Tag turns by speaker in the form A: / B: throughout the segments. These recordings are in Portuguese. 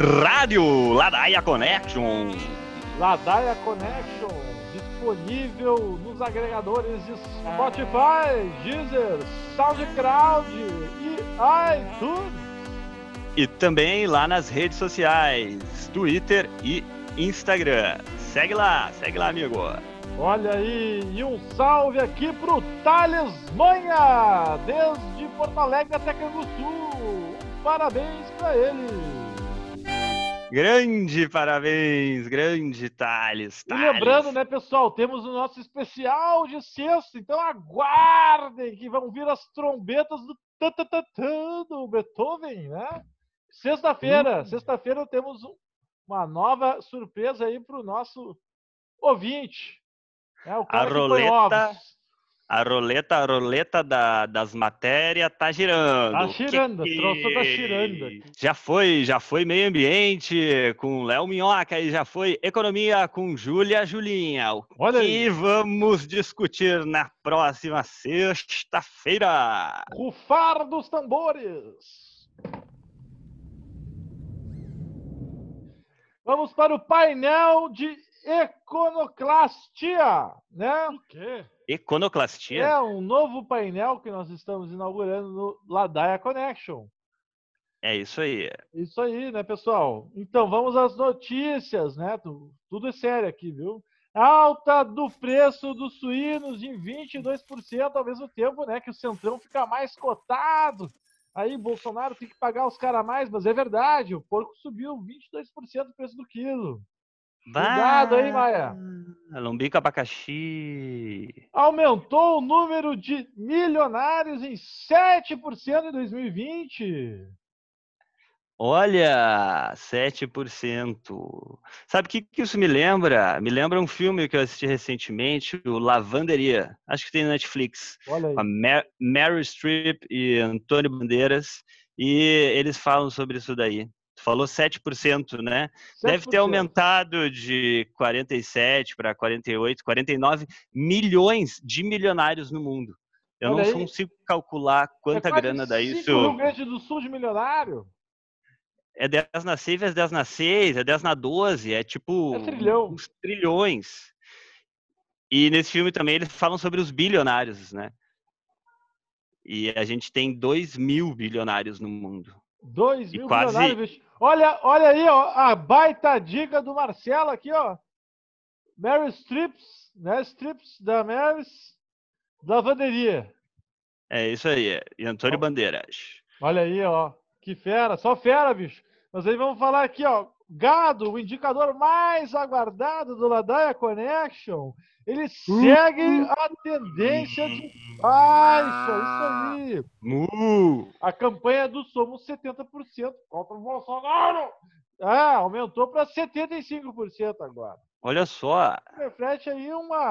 A: Rádio Ladaia Connection.
B: Ladaia Connection, disponível nos agregadores de Spotify, Deezer, SoundCloud e iTunes.
A: E também lá nas redes sociais, Twitter e Instagram. Segue lá, amigo.
B: Olha aí, e um salve aqui pro Thales Manha, desde Porto Alegre até Canguçu. Parabéns pra ele.
A: Grande parabéns, grande Thales.
B: E lembrando, né, pessoal, temos o nosso especial de sexta, então aguardem que vão vir as trombetas do Beethoven, né? Sexta-feira temos uma nova surpresa aí pro nosso ouvinte. É o cara que põe ovos.
A: A roleta das matérias tá girando.
B: Tá girando, a troça tá girando.
A: Já foi meio ambiente com Léo Minhoca e já foi economia com Julinha.
B: Olha
A: que
B: aí.
A: Vamos discutir na próxima sexta-feira.
B: Rufar dos tambores. Vamos para o painel de iconoclastia, né?
A: O quê? Iconoclastia?
B: É um novo painel que nós estamos inaugurando no Ladaia Connection.
A: É isso aí.
B: Isso aí, né, pessoal? Então, vamos às notícias, né? Tudo é sério aqui, viu? Alta do preço dos suínos em 22% ao mesmo tempo, né? Que o Centrão fica mais cotado. Aí Bolsonaro tem que pagar os caras mais, mas é verdade, o porco subiu 22% o preço do quilo. Cuidado aí, Maia.
A: Lombico abacaxi.
B: Aumentou o número de milionários em 7% em 2020.
A: Olha, 7%. Sabe o que isso me lembra? Me lembra um filme que eu assisti recentemente, o Lavanderia. Acho que tem na Netflix.
B: Olha aí.
A: Com a Meryl Streep e Antônio Bandeiras. E eles falam sobre isso daí. Tu falou 7%, né?
B: 7%.
A: Deve ter aumentado de 47 para 48, 49 milhões de milionários no mundo. Eu
B: Olha
A: não
B: aí.
A: consigo calcular quanta grana dá isso.
B: Rio Grande do Sul de milionário?
A: É 10 na 6 vezes 10 na 6, é 10 na 12, é tipo uns trilhões. E nesse filme também eles falam sobre os bilionários, né? E a gente tem 2.000 bilionários no mundo.
B: 2.000 bilionários, bicho. Olha aí, ó, a baita dica do Marcelo aqui, ó. Meryl Streeps, né? Streeps da Meryl, Lavanderia.
A: É isso aí, e Antônio Bandeiras.
B: Olha aí, ó, que fera, só fera, bicho. Mas aí vamos falar aqui, ó, gado, o indicador mais aguardado do Ladaia Connection, ele segue a tendência de baixa, isso aí. A campanha do Somos 70% contra o Bolsonaro. Aumentou para 75% agora.
A: Olha só.
B: Reflete aí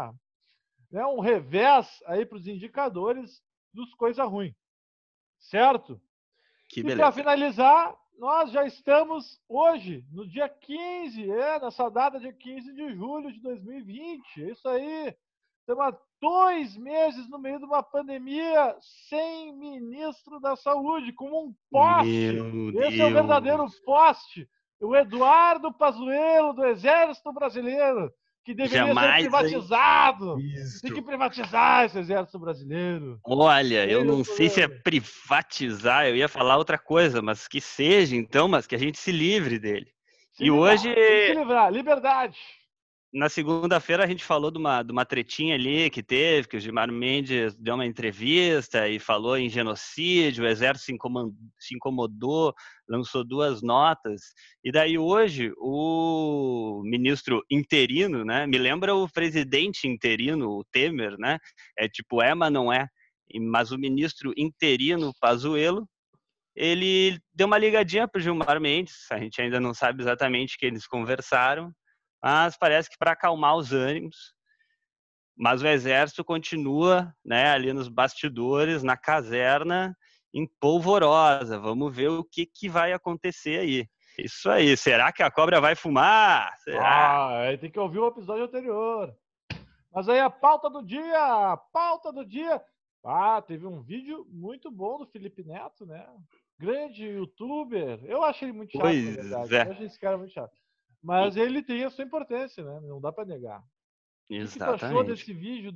B: um revés aí para os indicadores dos coisa ruim. Certo?
A: Que
B: beleza. E para finalizar, nós já estamos hoje, no dia 15, nessa data, dia 15 de julho de 2020. É isso aí. Estamos há 2 meses no meio de uma pandemia sem ministro da saúde, como um poste. Esse é o verdadeiro poste. O Eduardo Pazuello, do Exército Brasileiro, que deveria ser privatizado. Tem que privatizar esse Exército Brasileiro.
A: Olha, eu não sei se é privatizar, eu ia falar outra coisa, mas que seja então, mas que a gente se livre dele. Hoje...
B: Tem que se livrar, liberdade.
A: Na segunda-feira a gente falou de uma tretinha ali que teve, que o Gilmar Mendes deu uma entrevista e falou em genocídio, o Exército se incomodou, lançou 2 notas. E daí hoje o ministro interino, né, me lembra o presidente interino, o Temer, né, mas não é. Mas o ministro interino, Pazuello, ele deu uma ligadinha para o Gilmar Mendes, a gente ainda não sabe exatamente o que eles conversaram, mas parece que para acalmar os ânimos. Mas o Exército continua, né, ali nos bastidores, na caserna, em polvorosa. Vamos ver o que vai acontecer aí. Isso aí. Será que a cobra vai fumar? Será?
B: Aí tem que ouvir o episódio anterior. Mas aí a pauta do dia. Teve um vídeo muito bom do Felipe Neto, né? grande youtuber. Eu acho ele muito chato, na
A: Pois
B: verdade.
A: é.
B: Eu acho esse cara muito chato. Mas ele tem a sua importância, né? Não dá pra negar. O que tu achou
A: Exatamente.
B: desse vídeo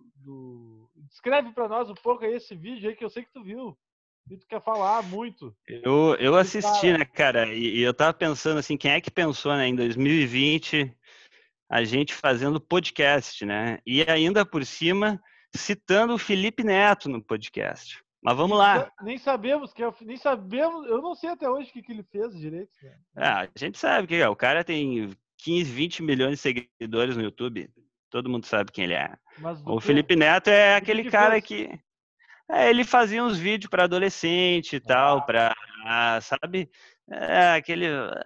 B: Descreve pra nós um pouco aí esse vídeo aí que eu sei que tu viu. E tu quer falar muito
A: Eu
B: do
A: assisti,
B: cara.
A: né, cara, e eu tava pensando assim, quem é que pensou, né, em 2020, a gente fazendo podcast, né, e ainda por cima, citando o Felipe Neto no podcast. Mas vamos lá.
B: Nem sabemos nem sabemos, eu não sei até hoje o que ele fez direito, né?
A: Ah, a gente sabe que o cara tem 15, 20 milhões de seguidores no YouTube. Todo mundo sabe quem ele é.
B: Mas do
A: O
B: quê?
A: Felipe Neto é
B: Do
A: aquele
B: que
A: cara
B: fez?
A: que ele fazia uns vídeos para adolescente e tal,
B: Ah,
A: para, sabe? Aquele.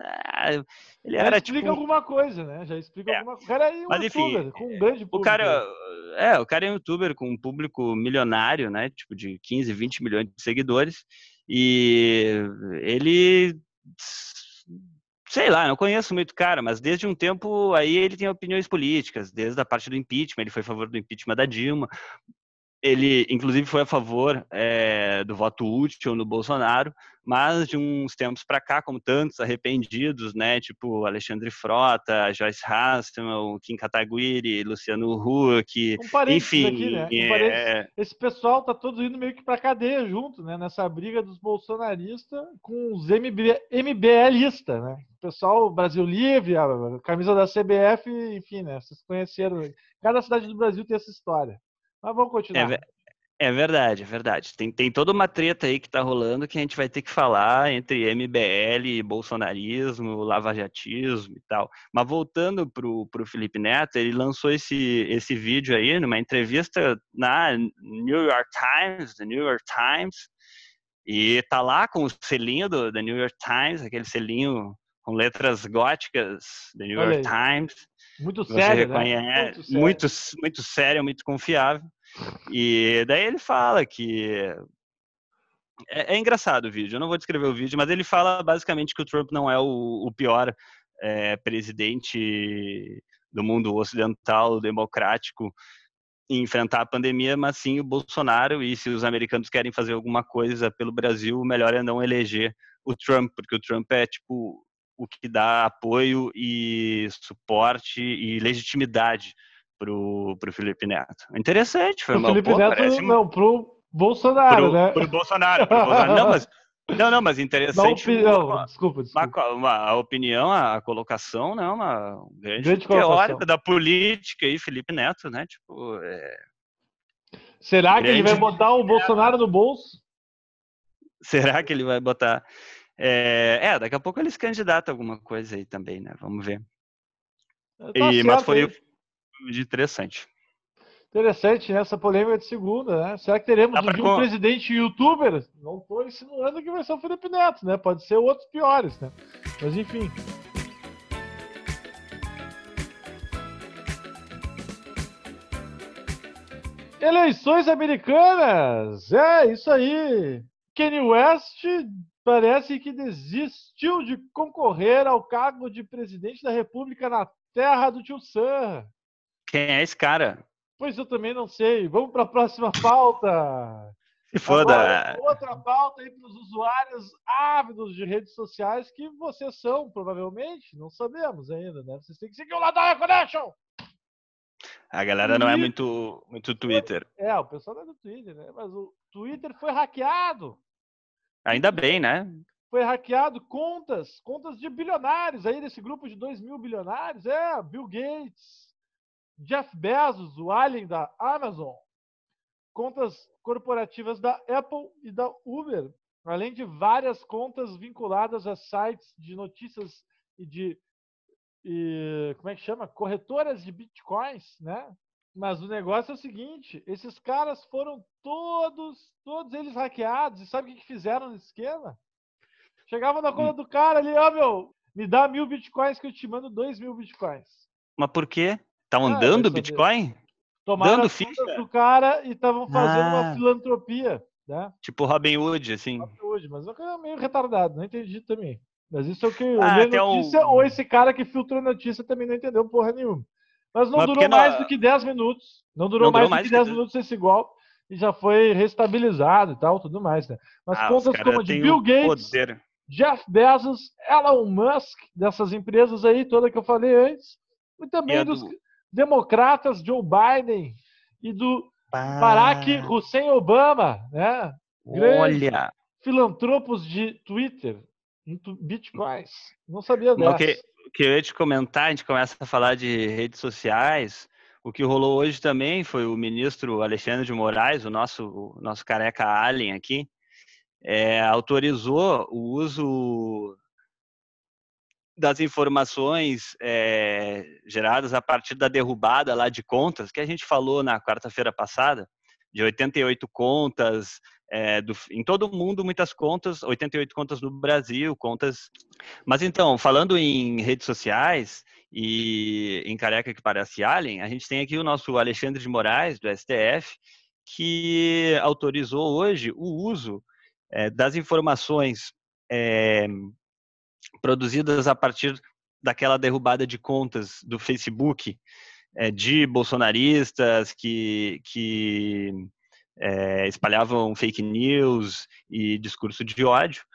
A: Ele
B: já
A: era
B: explica
A: tipo.
B: alguma coisa, né? Já explica
A: É,
B: alguma coisa. O cara é um
A: mas enfim,
B: youtuber com um grande
A: o
B: público aí.
A: cara. O cara é um youtuber com um público milionário, né? Tipo de 15, 20 milhões de seguidores. E ele. Sei lá, não conheço muito o cara, mas desde um tempo aí ele tem opiniões políticas, desde a parte do impeachment, ele foi a favor do impeachment da Dilma. Ele, inclusive, foi a favor do voto útil no Bolsonaro, mas de uns tempos para cá, como tantos arrependidos, né, tipo Alexandre Frota, Joyce Hasselman, Kim Kataguiri, Luciano Huck,
B: Um parênteses aqui,
A: enfim,
B: né? Um parênteses. Esse pessoal tá todo indo meio que pra cadeia junto, né? Nessa briga dos bolsonaristas com os MBListas, né? O pessoal Brasil Livre, a camisa da CBF, enfim, né? Vocês conheceram. Cada cidade do Brasil tem essa história. Mas vamos continuar.
A: é, é verdade, é verdade. Tem toda uma treta aí que tá rolando que a gente vai ter que falar entre MBL, bolsonarismo, lavajatismo e tal. Mas voltando pro Felipe Neto, ele lançou esse vídeo aí numa entrevista na New York Times, The New York Times, e tá lá com o selinho da New York Times, aquele selinho com letras góticas da New
B: Olha
A: York
B: aí.
A: Times,
B: Muito
A: que você
B: sério, né?
A: reconhece,
B: Muito sério.
A: muito sério, muito confiável. E daí ele fala que é engraçado o vídeo, eu não vou descrever o vídeo, mas ele fala basicamente que o Trump não é o pior presidente do mundo ocidental, democrático, em enfrentar a pandemia, mas sim o Bolsonaro, e se os americanos querem fazer alguma coisa pelo Brasil, o melhor é não eleger o Trump, porque o Trump é tipo o que dá apoio e suporte e legitimidade pro Felipe Neto. Interessante, foi
B: Pro
A: uma,
B: Felipe
A: pô,
B: Neto,
A: parece
B: não, pro Bolsonaro, né?
A: pro Bolsonaro, pro Bolsonaro. Não, mas
B: Na
A: interessante
B: opinião, desculpa.
A: a opinião, a colocação, né? Um grande
B: Grande
A: teórico
B: colocação.
A: da política aí, Felipe Neto, né? Tipo,
B: Será que ele vai
A: grande.
B: botar o Bolsonaro no bolso?
A: Será que ele vai botar? Daqui a pouco ele se candidata a alguma coisa aí também, né? Vamos ver.
B: Tá
A: Mas
B: certo
A: foi
B: aí.
A: interessante.
B: Interessante essa polêmica de segunda, né? Será que teremos
A: Dá
B: um
A: pra,
B: dia um presidente youtuber? Não estou insinuando que vai ser o Felipe Neto, né? Pode ser outros piores, né? Mas enfim. Eleições americanas! É, isso aí! Kanye West parece que desistiu de concorrer ao cargo de presidente da República na terra do tio Sam.
A: quem é esse cara?
B: Pois eu também não sei. Vamos para a próxima pauta.
A: Se
B: Agora,
A: foda.
B: outra pauta aí para os usuários ávidos de redes sociais que vocês são, provavelmente. Não sabemos ainda, né? Vocês têm que seguir o Ladaia Connection!
A: A galera não é
B: Twitter.
A: muito Twitter.
B: O pessoal não é do Twitter, né? Mas o Twitter foi hackeado.
A: Ainda bem, né?
B: Foi hackeado contas de bilionários aí desse grupo de 2.000 bilionários. Bill Gates, Jeff Bezos, o alien da Amazon, contas corporativas da Apple e da Uber, além de várias contas vinculadas a sites de notícias como é que chama? Corretoras de bitcoins, né? Mas o negócio é o seguinte, esses caras foram todos eles hackeados, e sabe o que fizeram no esquema? Chegavam na conta do cara ali, me dá 1.000 bitcoins que eu te mando 2.000 bitcoins.
A: Mas por quê? Estavam
B: Vai
A: dando
B: saber.
A: Bitcoin?
B: Tomaram
A: Dando
B: as contas
A: ficha?
B: do cara e estavam fazendo uma
A: Ah,
B: filantropia, né?
A: tipo Robin Hood, assim.
B: Hoje, mas é meio retardado, não entendi também. Mas isso é o que eu
A: Ah,
B: li
A: até
B: notícia, ou esse cara que filtrou a notícia também não entendeu porra nenhuma. Mas não
A: Mas
B: durou
A: porque
B: mais do que 10 minutos. Não durou
A: não durou
B: mais do
A: mais
B: que
A: do que
B: 10 minutos esse golpe. e já foi restabilizado e tal, tudo mais, né? Mas
A: Os
B: contas como
A: caras
B: a de
A: têm o
B: Bill Gates,
A: poder.
B: Jeff Bezos, Elon Musk, dessas empresas aí, toda que eu falei antes, e
A: E a
B: também dos
A: do...
B: democratas Joe Biden e do Barack
A: Pá,
B: Hussein Obama, né? Grandes
A: olha,
B: filantropos de Twitter, bitcoins. Não sabia
A: mas
B: dessa.
A: o que eu ia te comentar, a gente começa a falar de redes sociais. O que rolou hoje também foi o ministro Alexandre de Moraes, o nosso careca alien aqui, autorizou o uso das informações geradas a partir da derrubada lá de contas, que a gente falou na quarta-feira passada, de 88 contas, em todo o mundo, muitas contas, 88 contas no Brasil, contas... Mas então, falando em redes sociais e em careca que parece alien, a gente tem aqui o nosso Alexandre de Moraes, do STF, que autorizou hoje o uso das informações produzidas a partir daquela derrubada de contas do Facebook de bolsonaristas que espalhavam fake news e discurso de ódio.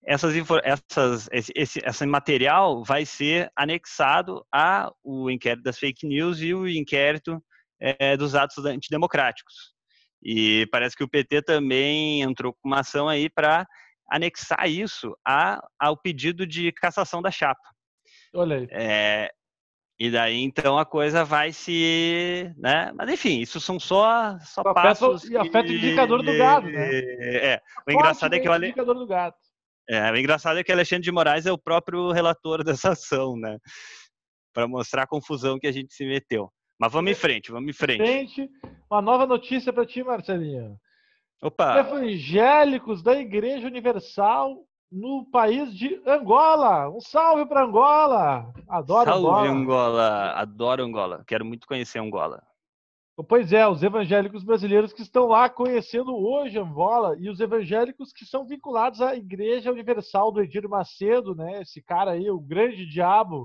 A: Esse material vai ser anexado ao inquérito das fake news e o inquérito dos atos antidemocráticos. E parece que o PT também entrou com uma ação aí para anexar isso ao pedido de cassação da chapa.
B: Olha aí.
A: E daí, então, a coisa vai se... Né? Mas, enfim, isso são só passos
B: E afeta o indicador do gado, né?
A: O engraçado é que
B: Fortemente o indicador do gado.
A: o engraçado é que Alexandre de Moraes é o próprio relator dessa ação, né? Para mostrar a confusão que a gente se meteu. Mas vamos em frente, vamos em frente.
B: Uma nova notícia para ti, Marcelinho.
A: Opa!
B: Evangélicos da Igreja Universal no país de Angola. Um salve para Angola. Adoro
A: Salve,
B: Angola.
A: Angola! Adoro Angola. Quero muito conhecer Angola.
B: Pois é, os evangélicos brasileiros que estão lá conhecendo hoje Angola e os evangélicos que são vinculados à Igreja Universal do Edir Macedo, né? Esse cara aí, o grande diabo,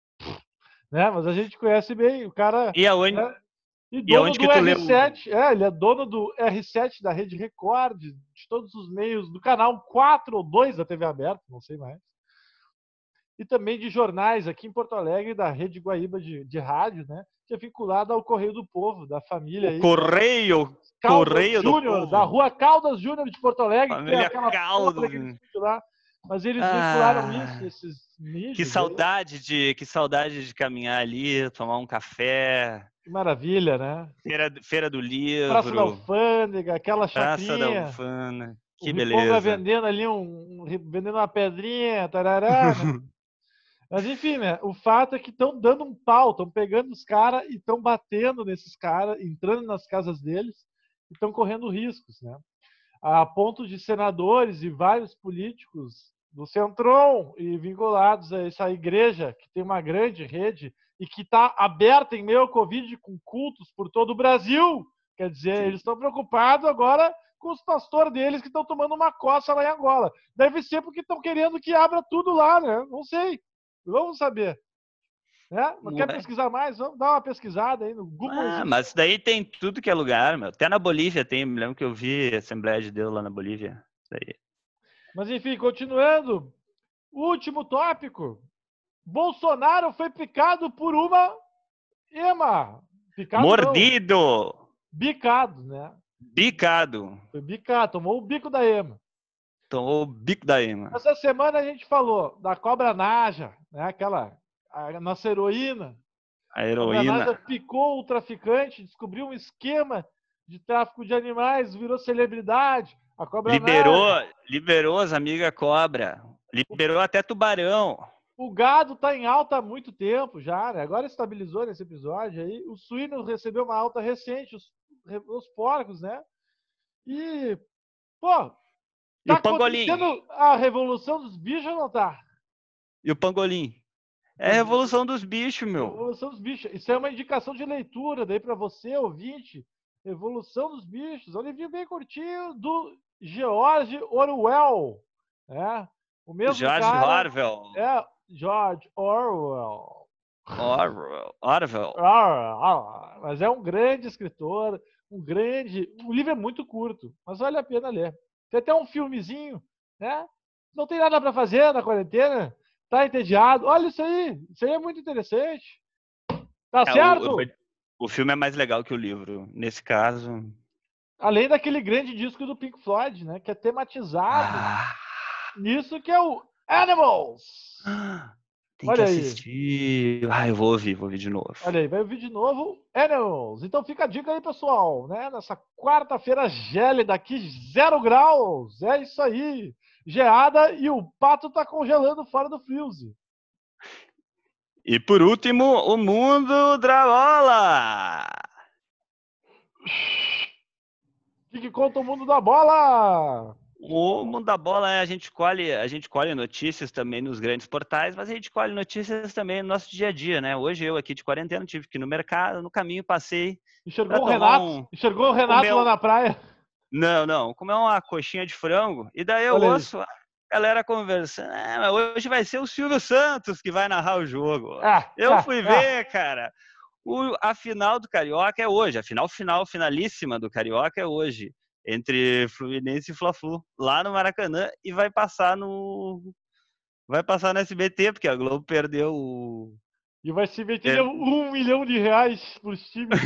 B: né? Mas a gente conhece bem o cara,
A: E aonde,
B: né? E
A: e
B: dono
A: aonde
B: do
A: que tu leu?
B: R7, ele é dono do R7 da Rede Record, de todos os meios, do canal 4 ou 2 da TV aberta, não sei mais. E também de jornais aqui em Porto Alegre, da Rede Guaíba de rádio, né? Que é vinculado ao Correio do Povo, da família
A: O
B: aí.
A: Correio do
B: Júnior, da
A: Povo.
B: Rua Caldas Júnior de Porto Alegre, que tem
A: Família
B: aquela porra daquele
A: Caldas.
B: estúdio lá. Mas eles vincularam isso,
A: Ah,
B: esses
A: que
B: mídias aí.
A: saudade de caminhar ali, tomar um café.
B: Que maravilha, né?
A: Feira do
B: Praça da
A: Livro,
B: Alfândega, aquela
A: Praça da
B: chacrinha.
A: Ufana.
B: O
A: Que
B: Riponga
A: beleza.
B: vendendo ali vendendo uma pedrinha, tarará, né? Mas enfim, né? O fato é que estão dando um pau, estão pegando os caras e estão batendo nesses caras, entrando nas casas deles e estão correndo riscos, né? A ponto de senadores e vários políticos do Centrão e vinculados a essa igreja, que tem uma grande rede e que está aberta em meio ao Covid com cultos por todo o Brasil. Quer dizer,
A: Sim.
B: eles estão preocupados agora com os pastores deles que estão tomando uma coça lá em Angola. Deve ser porque estão querendo que abra tudo lá, né? Não sei. Vamos saber. Não quer
A: Ué.
B: pesquisar mais? Vamos dar uma pesquisada aí no Google.
A: Mas daí tem tudo que é lugar, meu. Até na Bolívia tem, me lembro que eu vi a Assembleia de Deus lá na Bolívia. Daí.
B: Mas enfim, continuando. Último tópico. Bolsonaro foi picado por uma ema. Picado não.
A: Mordido!
B: Bicado, né?
A: Bicado.
B: Foi bicado, tomou o bico da ema.
A: Tomou o bico da Ema.
B: Essa semana a gente falou da cobra naja, né? A nossa heroína.
A: A
B: A cobra naja
A: heroína.
B: picou o traficante, descobriu um esquema de tráfico de animais, virou celebridade. A cobra naja.
A: Liberou as amigas cobra. Liberou até tubarão.
B: O gado está em alta há muito tempo já, né? Agora estabilizou nesse episódio aí. O suíno recebeu uma alta recente, os porcos, né? E, pô,
A: E
B: tá
A: o pangolim?
B: acontecendo a revolução dos bichos ou não tá?
A: E o pangolim? É a revolução dos bichos, meu.
B: Revolução dos bichos. Isso é uma indicação de leitura daí para você, ouvinte. Revolução dos bichos. Um livrinho bem curtinho do George Orwell. Né? O mesmo
A: George
B: cara
A: Orwell.
B: é George Orwell.
A: Orwell.
B: Mas é um grande escritor, O livro é muito curto, mas vale a pena ler. Tem até um filmezinho, né? Não tem nada para fazer na quarentena, tá entediado. Olha isso aí é muito interessante. Tá certo?
A: O filme é mais legal que o livro, nesse caso.
B: Além daquele grande disco do Pink Floyd, né? Que é tematizado nisso, que é o Animals.
A: Tem que assistir. Eu vou ouvir de novo.
B: Olha aí, vai ouvir de novo Animals. Então fica a dica aí, pessoal, né? Nessa quarta-feira gélida aqui, 0 graus. É isso aí. Geada e o pato tá congelando fora do Friuse.
A: E por último, o mundo da bola.
B: O que conta o mundo da bola?
A: O mundo da bola a gente colhe notícias também nos grandes portais, mas a gente colhe notícias também no nosso dia a dia, né? Hoje eu aqui de quarentena tive que ir no mercado, no caminho passei.
B: Enxergou o Renato? Enxergou o Renato lá na praia?
A: Não, comer uma coxinha de frango. E daí eu ouço a galera conversando. Mas hoje vai ser o Silvio Santos que vai narrar o jogo. Eu fui ver, cara. A final do Carioca é hoje. A finalíssima do Carioca é hoje. Entre Fluminense e Fla-Flu, lá no Maracanã, e vai passar no SBT, porque a Globo perdeu o...
B: E vai se meter R$1 milhão pros times.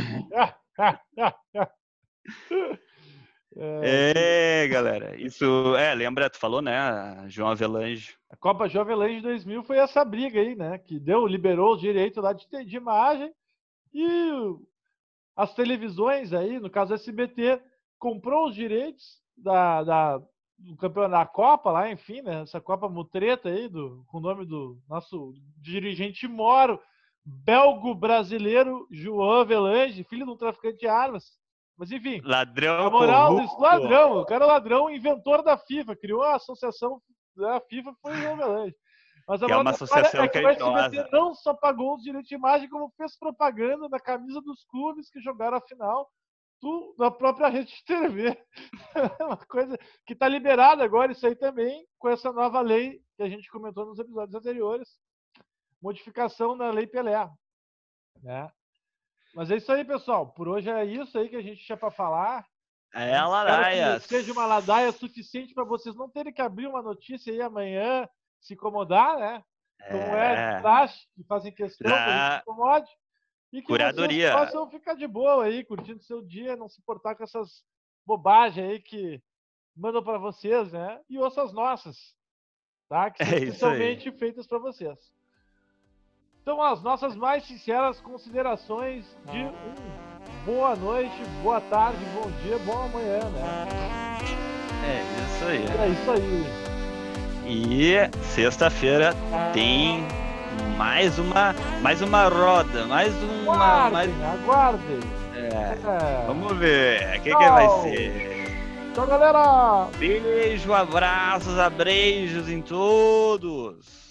A: Galera, isso... lembra, tu falou, né, João Avelange.
B: A Copa João Avelange 2000 foi essa briga aí, né, que liberou o direito lá de imagem, e as televisões aí, no caso a SBT, comprou os direitos do campeonato da Copa lá, enfim, né? Essa Copa mutreta aí, com o nome do nosso dirigente moro, belgo-brasileiro João Avelange, filho de um traficante de armas. Mas enfim,
A: ladrão,
B: a moral disso, ladrão, o cara é ladrão, inventor da FIFA, criou a associação da FIFA, foi o João Avelange. Mas a
A: uma associação
B: que o SBT não só pagou os direitos de imagem, como fez propaganda na camisa dos clubes que jogaram a final da própria rede de TV. Uma coisa que está liberada agora, isso aí também, com essa nova lei que a gente comentou nos episódios anteriores. Modificação da Lei Pelé. Né? Mas é isso aí, pessoal. Por hoje é isso aí que a gente tinha para falar.
A: A ladaia.
B: Que seja uma ladaia suficiente para vocês não terem que abrir uma notícia aí amanhã, se incomodar, né? Como é de praxe, que fazem questão que a gente se incomode. E que
A: Curadoria.
B: vocês possam ficar de boa aí, curtindo seu dia, não se importar com essas bobagens aí que mandam para vocês, né? E ouçam as nossas, tá? Que são especialmente feitas para vocês. Então, as nossas mais sinceras considerações de boa noite, boa tarde, bom dia, boa manhã, né?
A: É isso aí.
B: É isso aí.
A: E sexta-feira tem mais uma roda,
B: Aguardem.
A: Vamos ver, o que vai ser.
B: Tchau, galera.
A: Beijo, abraços, abreijos em todos.